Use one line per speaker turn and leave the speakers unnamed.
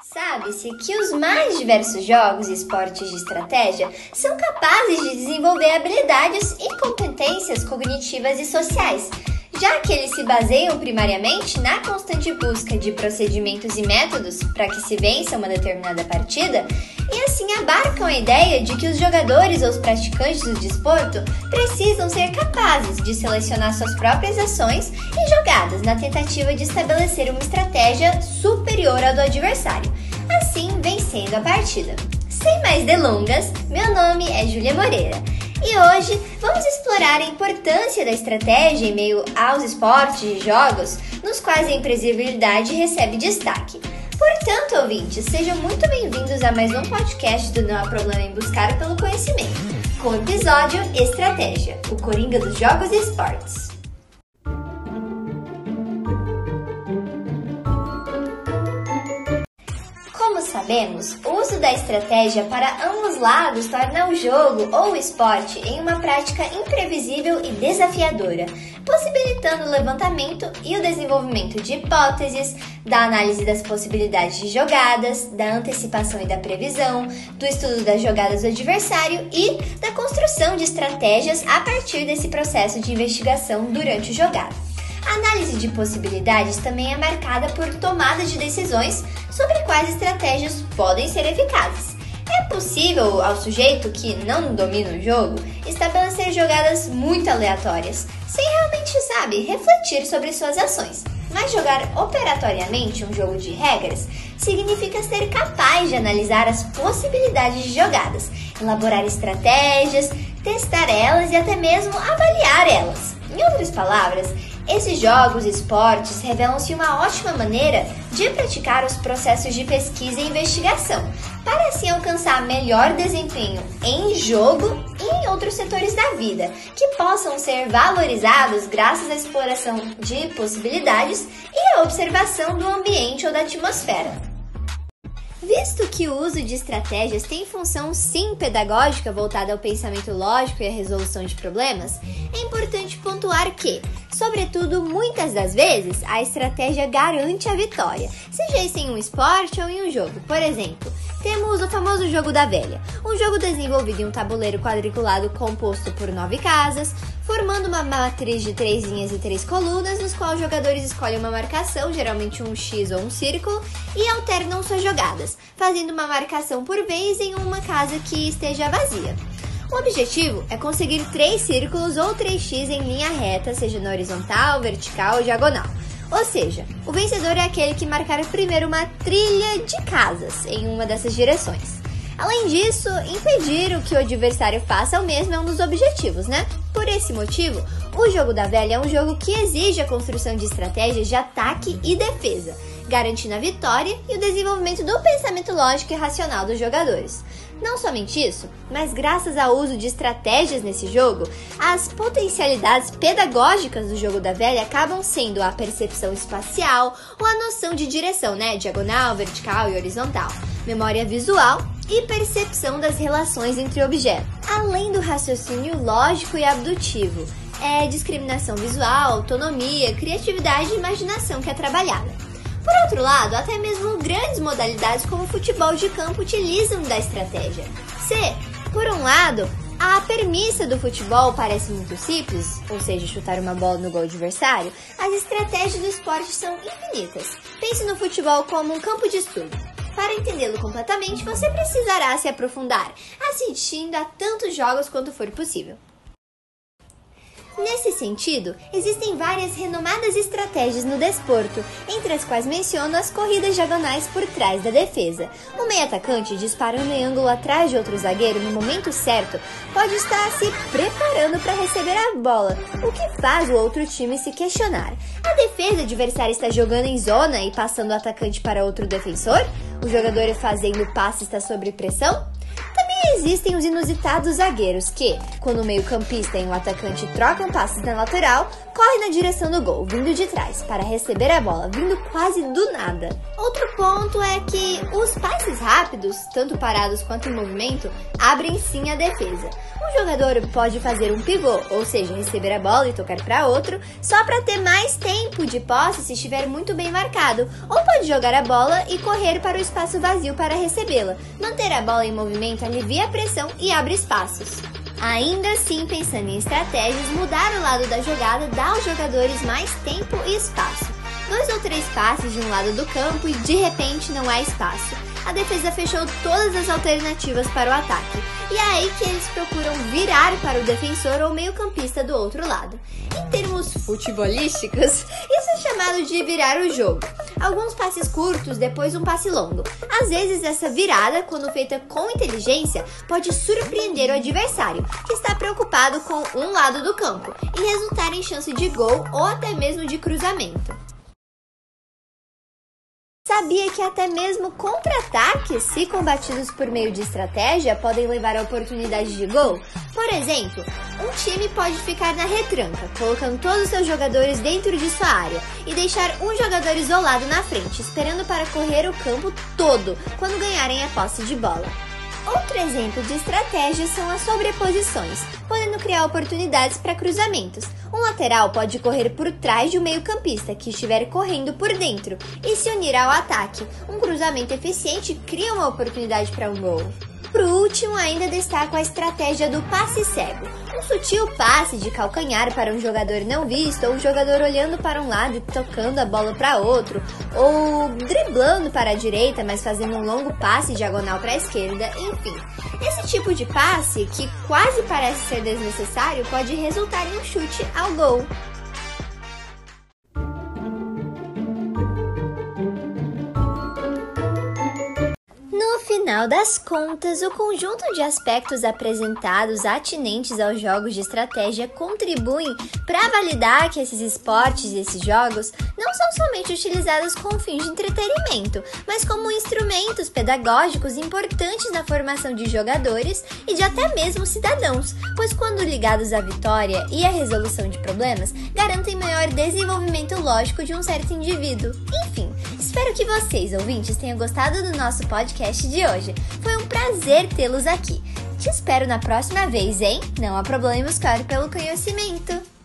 Sabe-se que os mais diversos jogos e esportes de estratégia são capazes de desenvolver habilidades e competências cognitivas e sociais, já que eles se baseiam primariamente na constante busca de procedimentos e métodos para que se vença uma determinada partida, e assim abarcam a ideia de que os jogadores ou os praticantes do desporto precisam ser capazes de selecionar suas próprias ações e jogadas na tentativa de estabelecer uma estratégia superior à do adversário, assim vencendo a partida. Sem mais delongas, meu nome é Júlia Moreira. E hoje vamos explorar a importância da estratégia em meio aos esportes e jogos nos quais a imprevisibilidade recebe destaque. Portanto, ouvintes, sejam muito bem-vindos a mais um podcast do Não Há Problema em Buscar pelo Conhecimento, com o episódio Estratégia, o Coringa dos Jogos e Esportes. Como sabemos, o uso da estratégia para ambos lados torna o jogo ou o esporte em uma prática imprevisível e desafiadora, possibilitando o levantamento e o desenvolvimento de hipóteses, da análise das possibilidades de jogadas, da antecipação e da previsão, do estudo das jogadas do adversário e da construção de estratégias a partir desse processo de investigação durante o jogado. A análise de possibilidades também é marcada por tomada de decisões sobre quais estratégias podem ser eficazes. É possível ao sujeito que não domina o jogo estabelecer jogadas muito aleatórias, sem realmente, refletir sobre suas ações. Mas jogar operatoriamente um jogo de regras significa ser capaz de analisar as possibilidades de jogadas, elaborar estratégias, testar elas e até mesmo avaliar elas. Em outras palavras, esses jogos e esportes revelam-se uma ótima maneira de praticar os processos de pesquisa e investigação, para assim alcançar melhor desempenho em jogo e em outros setores da vida, que possam ser valorizados graças à exploração de possibilidades e à observação do ambiente ou da atmosfera. Visto que o uso de estratégias tem função sim pedagógica voltada ao pensamento lógico e à resolução de problemas, é importante pontuar que, sobretudo, muitas das vezes, a estratégia garante a vitória, seja isso em um esporte ou em um jogo. Por exemplo, temos o famoso jogo da velha, um jogo desenvolvido em um tabuleiro quadriculado composto por 9 casas, formando uma matriz de 3 linhas e 3 colunas, nos quais os jogadores escolhem uma marcação, geralmente um X ou um círculo, e alternam suas jogadas, fazendo uma marcação por vez em uma casa que esteja vazia. O objetivo é conseguir 3 círculos ou 3x em linha reta, seja na horizontal, vertical ou diagonal. Ou seja, o vencedor é aquele que marcar primeiro uma trilha de casas em uma dessas direções. Além disso, impedir o que o adversário faça o mesmo é um dos objetivos, né? Por esse motivo, o jogo da velha é um jogo que exige a construção de estratégias de ataque e defesa, garantindo a vitória e o desenvolvimento do pensamento lógico e racional dos jogadores. Não somente isso, mas graças ao uso de estratégias nesse jogo, as potencialidades pedagógicas do jogo da velha acabam sendo a percepção espacial ou a noção de direção, diagonal, vertical e horizontal, memória visual e percepção das relações entre objetos, além do raciocínio lógico e abdutivo, discriminação visual, autonomia, criatividade e imaginação que é trabalhada. Por outro lado, até mesmo grandes modalidades como o futebol de campo utilizam da estratégia. Se, por um lado, a premissa do futebol parece muito simples, ou seja, chutar uma bola no gol adversário, as estratégias do esporte são infinitas. Pense no futebol como um campo de estudo. Para entendê-lo completamente, você precisará se aprofundar, assistindo a tantos jogos quanto for possível. Nesse sentido, existem várias renomadas estratégias no desporto, entre as quais menciono as corridas diagonais por trás da defesa. O meio-atacante, disparando em ângulo atrás de outro zagueiro no momento certo, pode estar se preparando para receber a bola, o que faz o outro time se questionar. A defesa adversária está jogando em zona e passando o atacante para outro defensor? O jogador fazendo passe está sob pressão? Existem os inusitados zagueiros que, quando o meio-campista e o atacante trocam passes na lateral, corre na direção do gol, vindo de trás, para receber a bola, vindo quase do nada. Outro ponto é que os passes rápidos, tanto parados quanto em movimento, abrem sim a defesa. Um jogador pode fazer um pivô, ou seja, receber a bola e tocar para outro, só para ter mais tempo de posse se estiver muito bem marcado, ou pode jogar a bola e correr para o espaço vazio para recebê-la. Manter a bola em movimento alivia a pressão e abre espaços. Ainda assim, pensando em estratégias, mudar o lado da jogada dá aos jogadores mais tempo e espaço. 2 ou 3 passes de um lado do campo e de repente não há espaço. A defesa fechou todas as alternativas para o ataque, e é aí que eles procuram virar para o defensor ou meio-campista do outro lado. Em termos futebolísticos, isso é chamado de virar o jogo. Alguns passes curtos, depois um passe longo. Às vezes essa virada, quando feita com inteligência, pode surpreender o adversário, que está preocupado com um lado do campo, e resultar em chance de gol ou até mesmo de cruzamento. Sabia que até mesmo contra-ataques, se combatidos por meio de estratégia, podem levar a oportunidade de gol? Por exemplo, um time pode ficar na retranca, colocando todos os seus jogadores dentro de sua área e deixar um jogador isolado na frente, esperando para correr o campo todo quando ganharem a posse de bola. Outro exemplo de estratégia são as sobreposições, podendo criar oportunidades para cruzamentos. Um lateral pode correr por trás de um meio-campista que estiver correndo por dentro e se unir ao ataque. Um cruzamento eficiente cria uma oportunidade para um gol. Por último, ainda destaco a estratégia do passe cego. Um sutil passe de calcanhar para um jogador não visto, ou um jogador olhando para um lado e tocando a bola para outro, ou driblando para a direita, mas fazendo um longo passe diagonal para a esquerda, enfim. Esse tipo de passe, que quase parece ser desnecessário, pode resultar em um chute ao gol. No final das contas, o conjunto de aspectos apresentados atinentes aos jogos de estratégia contribuem para validar que esses esportes e esses jogos não são somente utilizados com fins de entretenimento, mas como instrumentos pedagógicos importantes na formação de jogadores e de até mesmo cidadãos, pois quando ligados à vitória e à resolução de problemas, garantem maior desenvolvimento lógico de um certo indivíduo. Enfim, espero que vocês, ouvintes, tenham gostado do nosso podcast de hoje. Foi um prazer tê-los aqui. Te espero na próxima vez, hein? Não há problema em buscar pelo conhecimento.